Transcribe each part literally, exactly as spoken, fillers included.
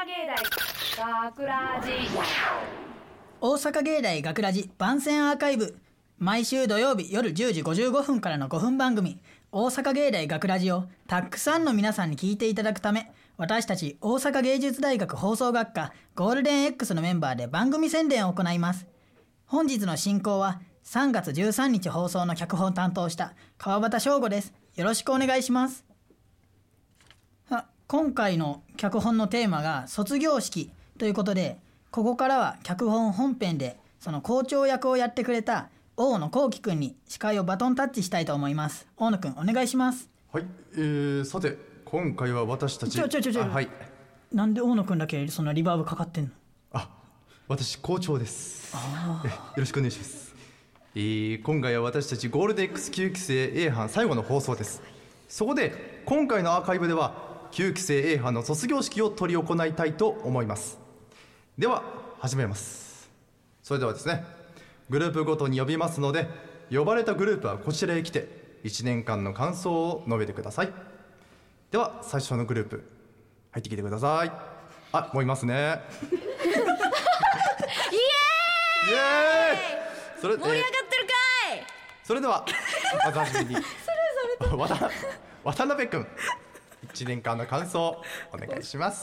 大学ラジ大阪芸大学ラジ番宣アーカイブ、毎週土曜日夜じゅうじごじゅうごふんからのごふん番組大阪芸大学ラジをたくさんの皆さんに聞いていただくため、私たち大阪芸術大学放送学科ゴールデン X のメンバーで番組宣伝を行います。本日の進行はさんがつじゅうさんにち放送の脚本を担当した川端翔吾です。よろしくお願いします。今回の脚本のテーマが卒業式ということで、ここからは脚本本編でその校長役をやってくれた大野幸輝くんに司会をバトンタッチしたいと思います。大野くんお願いします。 はい、えー、さて今回は私たちちょちょちょちょ、 はい、 なんで大野くんだけそんなリバーブかかってんの？ あ、私校長です。 あえよろしくお願いします。えー、今回は私たちゴールデン X きゅうき生 A 班最後の放送です。そこで今回のアーカイブではきゅうき生 A 班の卒業式を執り行いたいと思います。では始めます。それではですね、グループごとに呼びますので、呼ばれたグループはこちらへ来ていちねんかんの感想を述べてください。では最初のグループ入ってきてください。あ、もういますね。イエーイイエーイ。それ盛り上がってるかい、 えー、それではまずはじめに渡, 渡辺君いちねんかんの感想お願いします。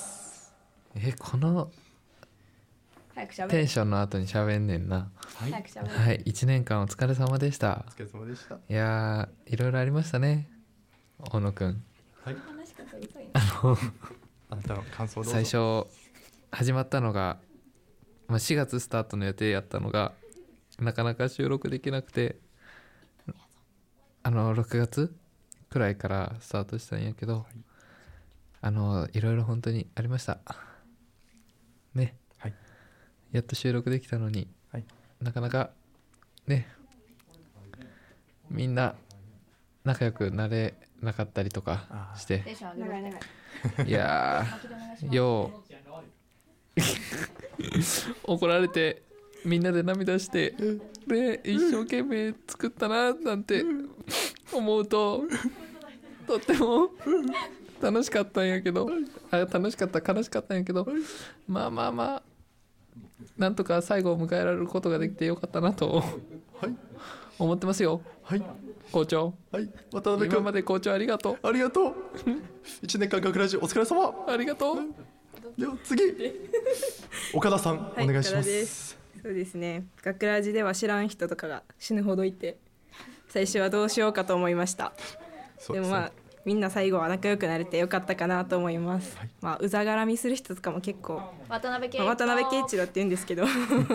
えこのテンションの後に喋んねんな。 はい、 はい、いちねんかんお疲れ様でした。 お疲れ様でした。 いやーいろいろありましたね、大野くん。 はい、 あのあなたの感想どうぞ。 最初始まったのが、まあ、しがつスタートの予定やったのがなかなか収録できなくて、あのろくがつくらいからスタートしたんやけど、はい、あのいろいろ本当にありましたね。 はい、 やっと収録できたのに、はい、なかなかねみんな仲良くなれなかったりとかして、いやーよう怒られてみんなで涙してで一生懸命作ったななんて思うととっても楽しかったんやけど、あ楽しかった悲しかったんやけど、まあまあまあなんとか最後を迎えられることができてよかったなと、はい、思ってますよ。 はい、 校長、 はい、渡辺君今まで校長ありがとう。 ありがとういちねんかん学ラジお疲れ様。 ありがとう。 では次岡田さん、はい、お願いします。 です。そうですね、学ラジでは知らん人とかが死ぬほどいて最初はどうしようかと思いました。でもまあみんな最後は仲良くなれてよかったかなと思います。はい、まあうざがらみする人とかも結構渡辺圭一郎、 まあ、渡辺圭一郎って言うんですけど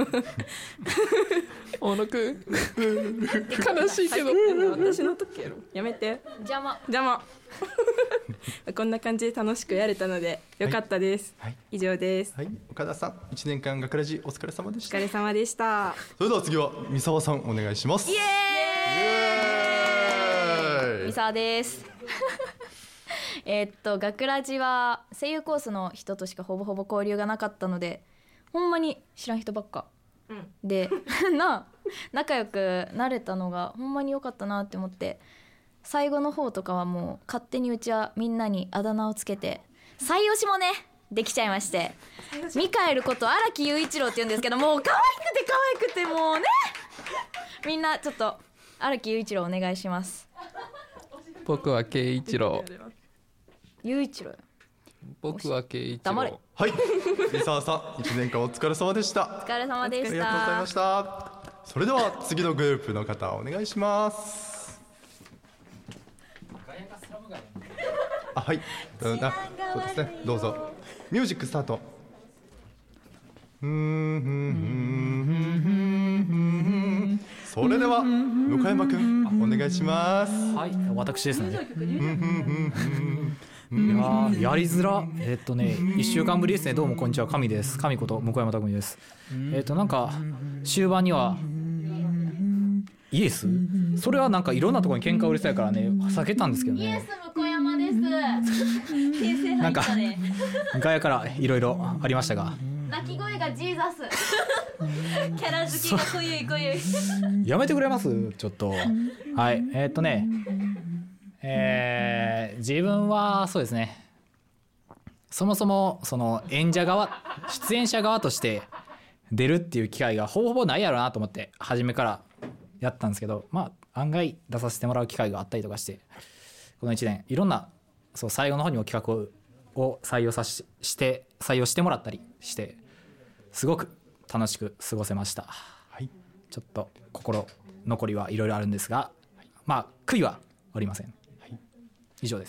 大野くん悲しいけど私の時やろやめて邪魔邪魔こんな感じで楽しくやれたのでよかったです。はいはい、以上です。 はい、岡田さんいちねんかん学ラジお疲れ様でした。 お疲れ様でした。 それでは次は三沢さんお願いします。 イエーイ、三沢ですえっと学ラジは声優コースの人としかほぼほぼ交流がなかったので、ほんまに知らん人ばっか、うん、でな仲良くなれたのがほんまに良かったなって思って、最後の方とかはもう勝手にうちはみんなにあだ名をつけて、採用しもねできちゃいまして、ミカエルこと荒木雄一郎って言うんですけど、もう可愛くて可愛くてもうねみんなちょっと荒木雄一郎お願いします。 僕は圭一郎。 雄一郎。 僕は圭一郎。 黙れ。 はい、三沢さんいちねんかんお疲れ様でした。 お疲れ様でした。 ありがとうございました。それでは次のグループの方お願いします。あ、はい、うん、あ、そうですね、どうぞミュージックスタート。ふんふんふんふんふん。それでは向山くんお願いします。 はい、私ですね。いややりづら。えっとねいっしゅうかんぶりですね。どうもこんにちは、神です。神こと向山拓実です。えっとなんか終盤にはイエス、それはなんかいろんなところに喧嘩売りたいからね避けたんですけどね。 イエス向山です訂正入ったね。 ガヤからいろいろありましたが、 鳴き声がジーザスキャラ好きが濃ゆい濃ゆいやめてくれますちょっと。はいえー、っとねえー、自分はそうですね、 そもそもその演者側出演者側として出るっていう機会がほぼほぼないやろうなと思って初めからやったんですけど、まあ案外出させてもらう機会があったりとかして、このいちねんいろんなそう最後の方にも企画を採用さしして採用してもらったりしてすごく楽しく過ごせました、はい、ちょっと心残りはいろいろあるんですが、まあ悔いはありません、はい、以上です。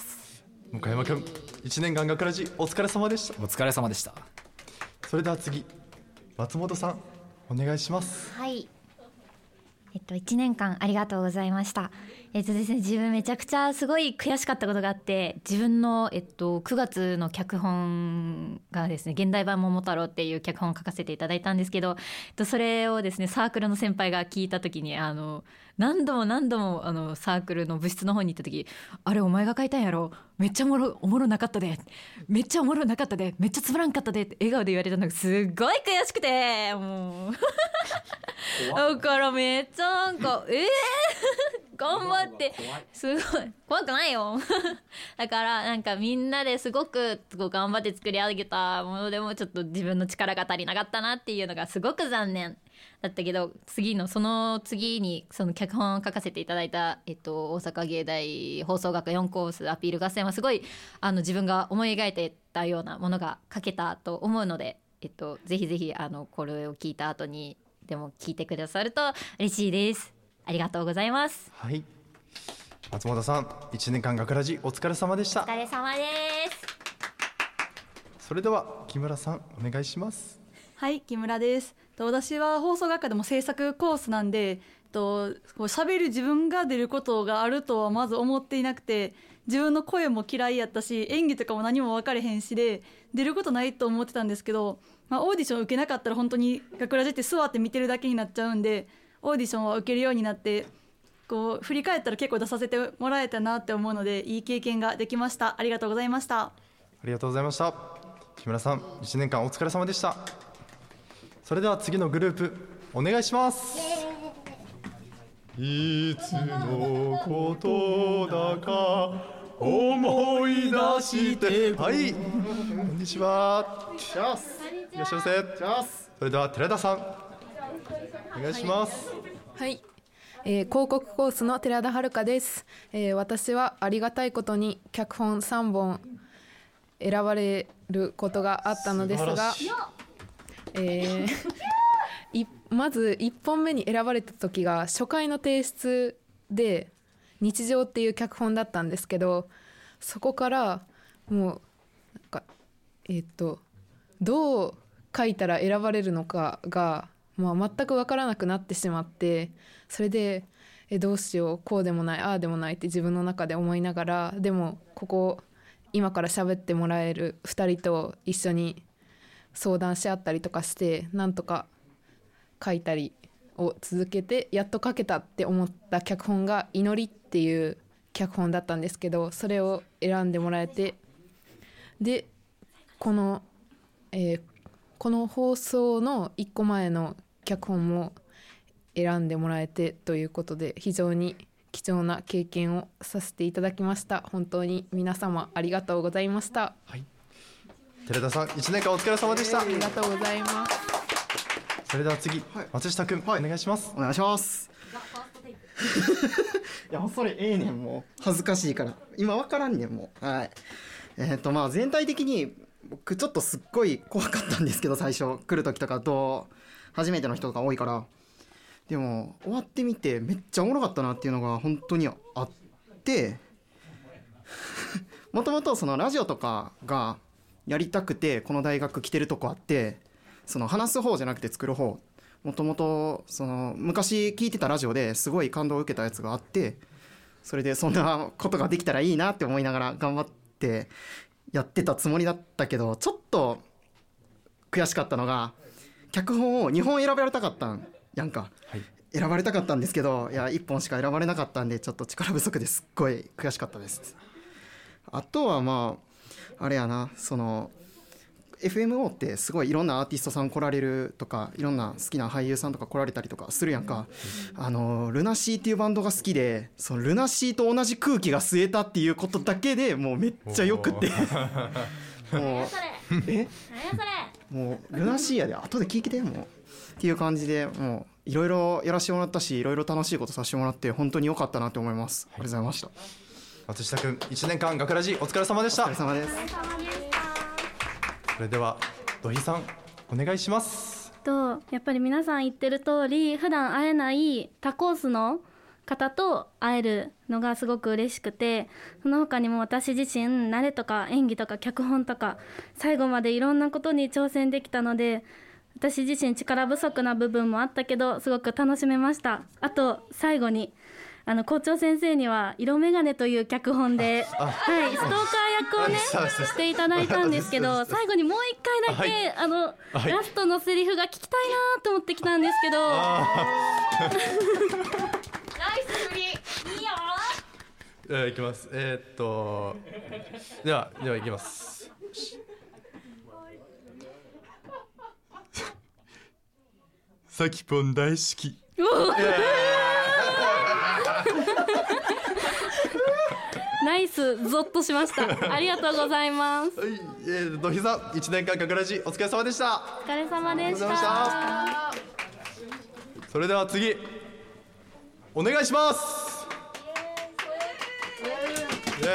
向山君いちねんかん学ラジお疲れ様でした。 お疲れ様でした。 それでは次松本さんお願いします。 はい、えっといちねんかんありがとうございました。えっとですね自分めちゃくちゃすごい悔しかったことがあって、自分のえっとくがつの脚本がですね現代版桃太郎っていう脚本を書かせていただいたんですけど、えっとそれをですねサークルの先輩が聞いた時にあの何度も何度もあのサークルの部室の方に行った時、あれお前が書いたんやろ、めっちゃおもろおもろなかったで、めっちゃおもろなかったで、めっちゃつまらんかったでって笑顔で言われたのがすっごい悔しくて、もうだからめっちゃなんかえー頑張ってすごい怖くないよだからなんかみんなですごくこう頑張って作り上げたものでもちょっと自分の力が足りなかったなっていうのがすごく残念だったけど、次のその次にその脚本を書かせていただいた、えっと、大阪芸大放送学よんコースアピール合戦はすごいあの自分が思い描いてたようなものが書けたと思うので、えっと、ぜひぜひあのこれを聞いた後にでも聞いてくださると嬉しいです。ありがとうございます。 はい、松本さんいちねんかん学ラジお疲れ様でした。 お疲れ様です。 それでは木村さんお願いします。 はい、木村です。私は放送学科でも制作コースなんで、とこう喋る自分が出ることがあるとはまず思っていなくて、自分の声も嫌いやったし演技とかも何も分かれへんしで出ることないと思ってたんですけど、まあ、オーディション受けなかったら本当に学ラジって座って見てるだけになっちゃうんで、オーディションは受けるようになってこう振り返ったら結構出させてもらえたなって思うので、いい経験ができました。ありがとうございました。 ありがとうございました。木村さんいちねんかんお疲れ様でした。それでは次のグループお願いします。いつのことだか思い出してはい、こんにちは。いらっしゃいませ。それでは寺田さんお願いします。 はい、はいえー、広告コースの寺田遥です、えー、私はありがたいことに脚本さんぼん選ばれることがあったのですが、えー、いまずいっぽんめに選ばれた時が初回の提出で日常っていう脚本だったんですけど、そこからもうなんかえー、っとどう書いたら選ばれるのかが、まあ、全く分からなくなってしまって、それでえどうしようこうでもないああでもないって自分の中で思いながら、でもここ今から喋ってもらえるふたりと一緒に相談し合ったりとかしてなんとか書いたりを続けてやっと書けたって思った脚本が祈りっていう脚本だったんですけど、それを選んでもらえて、でこの、えー、この放送のいっこまえの脚本も選んでもらえてということで非常に貴重な経験をさせていただきました。本当に皆様ありがとうございました。 はい、寺田さんいちねんかんお疲れ様でした。 ありがとうございます。 それでは次、はい、松下くん、はい、お願いします。 お願いしますいやそれええねん、もう恥ずかしいから今分からんねんもう。はい、えーとまあ全体的に僕ちょっとすっごい怖かったんですけど、最初来る時とかと初めての人が多いから、でも終わってみてめっちゃおもろかったなっていうのが本当にあってもともとそのラジオとかがやりたくてこの大学来てるとこあって、その話す方じゃなくて作る方、もともとその昔聞いてたラジオですごい感動を受けたやつがあって、それでそんなことができたらいいなって思いながら頑張ってやってたつもりだったけど、ちょっと悔しかったのが脚本をにほん選ばれたかったんやんか、はい、選ばれたかったんですけど、いやいっぽんしか選ばれなかったんでちょっと力不足ですっごい悔しかったです。あとはまああれやな、その エフエムオー ってすごいいろんなアーティストさん来られるとか、いろんな好きな俳優さんとか来られたりとかするやんか、うん、あのルナシーっていうバンドが好きで、そのルナシーと同じ空気が吸えたっていうことだけでもうめっちゃよくてもうえもうルナシーやで後で聞いてもうっていう感じでもういろいろやらせてもらったしいろいろ楽しいことさせてもらって本当に良かったなと思います。ありがとうございました。 松下くんいちねんかん学ラジお疲れ様でした。 お疲れ様です。 それでは土井さんお願いします。 とやっぱり皆さん言ってる通り普段会えない他コースの方と会えるのがすごく嬉しくて、その他にも私自身慣れとか演技とか脚本とか最後までいろんなことに挑戦できたので、私自身力不足な部分もあったけどすごく楽しめました。あと最後にあの校長先生には色眼鏡という脚本で、はい、ストーカー役をねしていただいたんですけど、最後にもう一回だけ、はい、あの、はい、ラストのセリフが聞きたいなと思ってきたんですけどナイス振りいいよ。 えー、いきます。えー、っとではではいきます。さきぽん大好き。 ナイスゾッとしました。ありがとうございます。 はい、えー、土肥さんいちねんかん学ラジお疲れ様でした。 お疲れ様でした。 それでは次お願いします。イエーイ。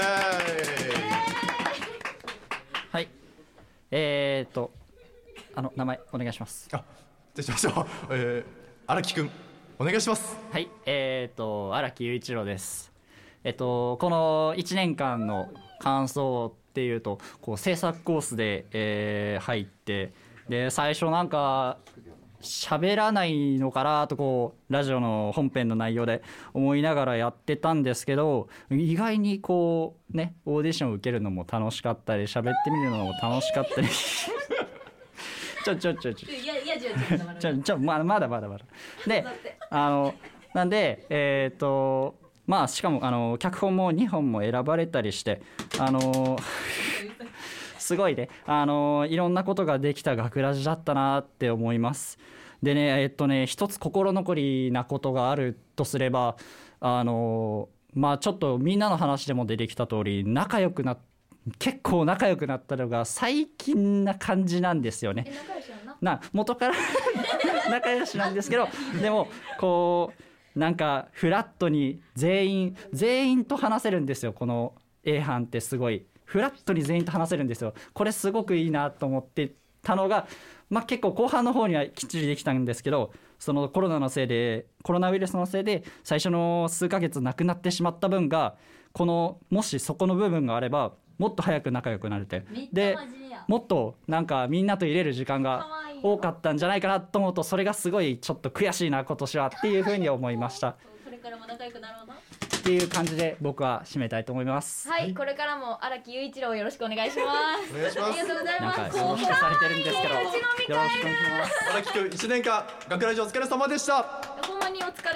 はい、えー、っとあの名前お願いします。 あ、じゃあしましょう。えー、荒木くんお願いします。 はい、えー、っと荒木雄一郎です。えっと、このいちねんかんの感想っていうとこう制作コースで、えー、入ってで最初なんか喋らないのかなとこうラジオの本編の内容で思いながらやってたんですけど、意外にこうねオーディションを受けるのも楽しかったり喋ってみるのも楽しかったりちょちょちょちょちょちょまだまだまだまだであのなんでえっとまあしかもあの脚本もにほんも選ばれたりしてあのすごいねあのいろんなことができた学ラジだったなって思います。でねえっとね一つ心残りなことがあるとすればあのまあちょっとみんなの話でも出てきた通り仲良くな結構仲良くなったのが最近な感じなんですよね。な元から仲良しなんですけどでもこうなんかフラットに全員全員と話せるんですよ。この A 班ってすごいフラットに全員と話せるんですよ。これすごくいいなと思ってたのが、まあ、結構後半の方にはきっちりできたんですけど、そのコロナのせいでコロナウイルスのせいで最初の数ヶ月なくなってしまった分がこのもしそこの部分があればもっと早く仲良くなれてでもっとなんかみんなと入れる時間が多かったんじゃないかなと思うとそれがすごいちょっと悔しいな今年はっていうふうに思いました。 これからも仲良くなろうなっていう感じで僕は締めたいと思います。 はい、はい、これからも荒木雄一郎よろしくお願いしますお願いします。 ありがとうございます。 なんかそうされてるんですけどよろしくお願いします荒木くんいちねんかん学ラジお疲れ様でした。 ほんまにお疲れ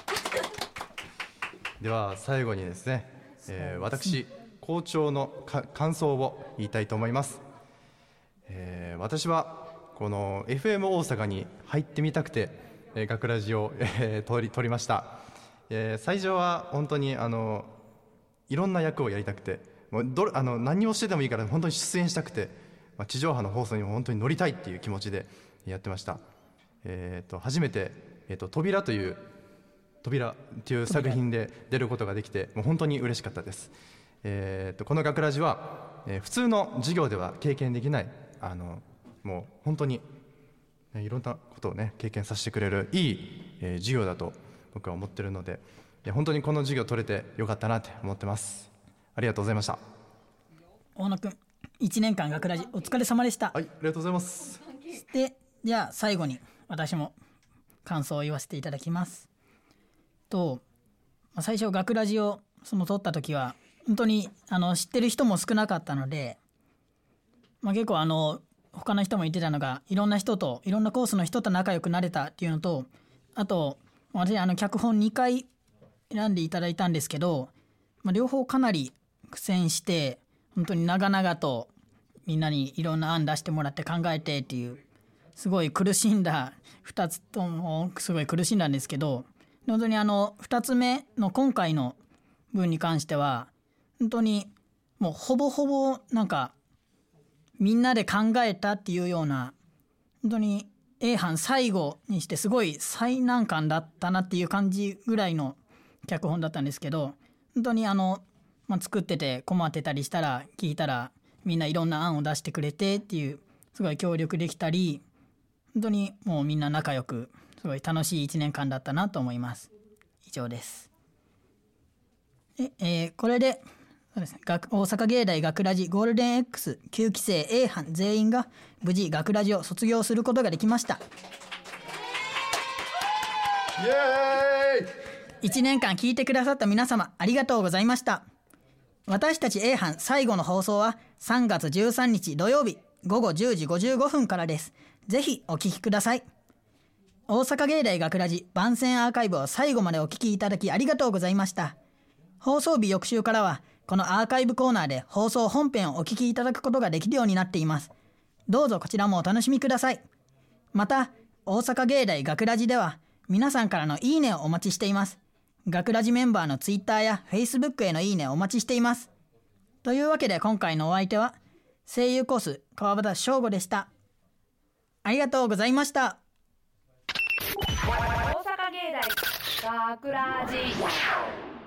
では最後にですね、えー、私校長の感想を言いたいと思います。えー、私はこの エフエム 大阪に入ってみたくて、えー、学ラジを、えー、撮り、撮りました。えー、最初は本当にあのいろんな役をやりたくてもうどあの何をしてでもいいから本当に出演したくて、まあ、地上波の放送にも本当に乗りたいっていう気持ちでやってました。えー、と初めて、えー、と扉という扉っていう作品で出ることができてもう本当に嬉しかったです。えー、とこの学ラジは、えー、普通の授業では経験できないあのもう本当に、ね、いろんなことをね経験させてくれるいい、えー、授業だと僕は思ってるので、いや本当にこの授業取れてよかったなって思ってます。ありがとうございました。 大野くんいちねんかん学ラジお疲れ様でした。 はい、ありがとうございます。 でじゃあ最後に私も感想を言わせていただきます。と最初学ラジをその取った時は本当にあの知ってる人も少なかったので、まあ、結構あの他の人も言ってたのがいろんな人といろんなコースの人と仲良くなれたっていうのと、あと私あの脚本にかい選んでいただいたんですけど、まあ、両方かなり苦戦して本当に長々とみんなにいろんな案出してもらって考えてっていうすごい苦しんだふたつともすごい苦しんだんですけど、本当にあのふたつめの今回の分に関しては本当にもうほぼほぼなんかみんなで考えたっていうような、本当に A 班最後にしてすごい最難関だったなっていう感じぐらいの脚本だったんですけど、本当にあの、まあ、作ってて困ってたりしたら聞いたらみんないろんな案を出してくれてっていう、すごい協力できたり、本当にもうみんな仲良くすごい楽しいいちねんかんだったなと思います。以上です。で、えー、これでそうですね、大阪芸大学ラジゴールデン X きゅうきせい A 班全員が無事学ラジを卒業することができました。 イエーイ。 いちねんかん聞いてくださった皆様ありがとうございました。私たち A 班最後の放送はさんがつじゅうさんにち土曜日ごごじゅうじごじゅうごふんからです。ぜひお聞きください。大阪芸大学ラジ番宣アーカイブを最後までお聞きいただきありがとうございました。放送日翌週からはこのアーカイブコーナーで放送本編をお聞きいただくことができるようになっています。どうぞこちらもお楽しみください。また大阪芸大学ラジでは皆さんからのいいねをお待ちしています。学ラジメンバーのツイッターやフェイスブックへのいいねをお待ちしています。というわけで今回のお相手は声優コース川端翔吾でした。ありがとうございました。 大阪芸大学ラジ